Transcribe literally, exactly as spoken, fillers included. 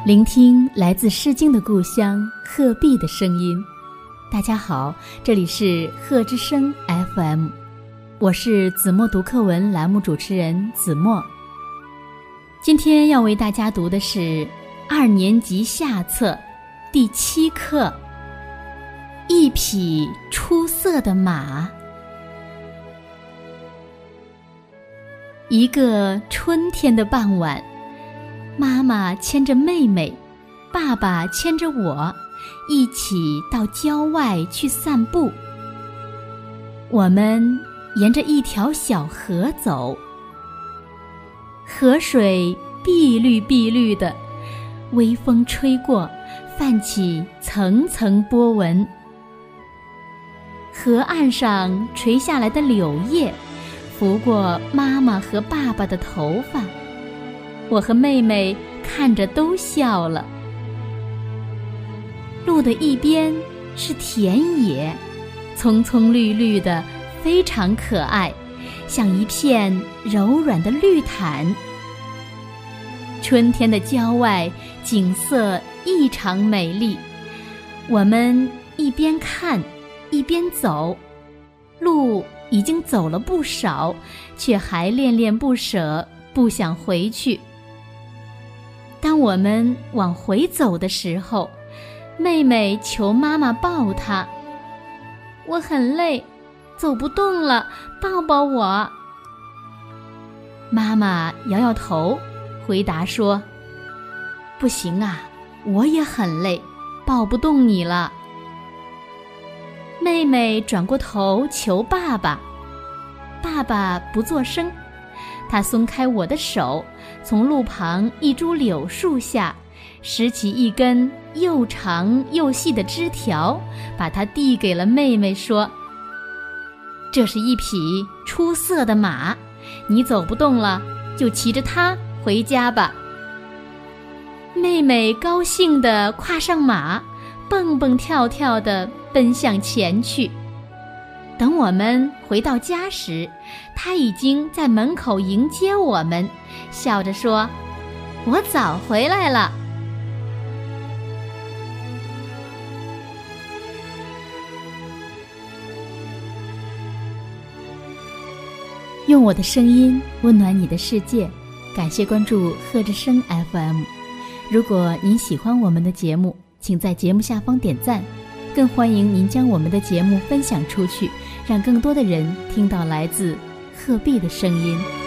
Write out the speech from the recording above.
聆听来自诗经的故乡鹤壁的声音。大家好，这里是鹤之声 F M， 我是子墨读课文栏目主持人子墨。今天要为大家读的是二年级下册第七课，一匹出色的马。一个春天的傍晚，妈妈牵着妹妹，爸爸牵着我，一起到郊外去散步。我们沿着一条小河走，河水碧绿碧绿的，微风吹过，泛起层层波纹。河岸上垂下来的柳叶拂过妈妈和爸爸的头发，我和妹妹看着都笑了。路的一边是田野，葱葱绿绿的，非常可爱，像一片柔软的绿毯。春天的郊外景色异常美丽，我们一边看一边走，路已经走了不少，却还恋恋不舍，不想回去。当我们往回走的时候，妹妹求妈妈抱她，我很累，走不动了，抱抱我。妈妈摇摇头，回答说，不行啊，我也很累，抱不动你了。妹妹转过头求爸爸，爸爸不作声，他松开我的手，从路旁一株柳树下拾起一根又长又细的枝条，把它递给了妹妹，说，这是一匹出色的马，你走不动了，就骑着它回家吧。妹妹高兴地跨上马，蹦蹦跳跳地奔向前去。等我们回到家时，她已经在门口迎接我们，笑着说，我早回来了。用我的声音温暖你的世界，感谢关注鹤之声 F M。 如果您喜欢我们的节目，请在节目下方点赞，更欢迎您将我们的节目分享出去，让更多的人听到来自鹤壁的声音。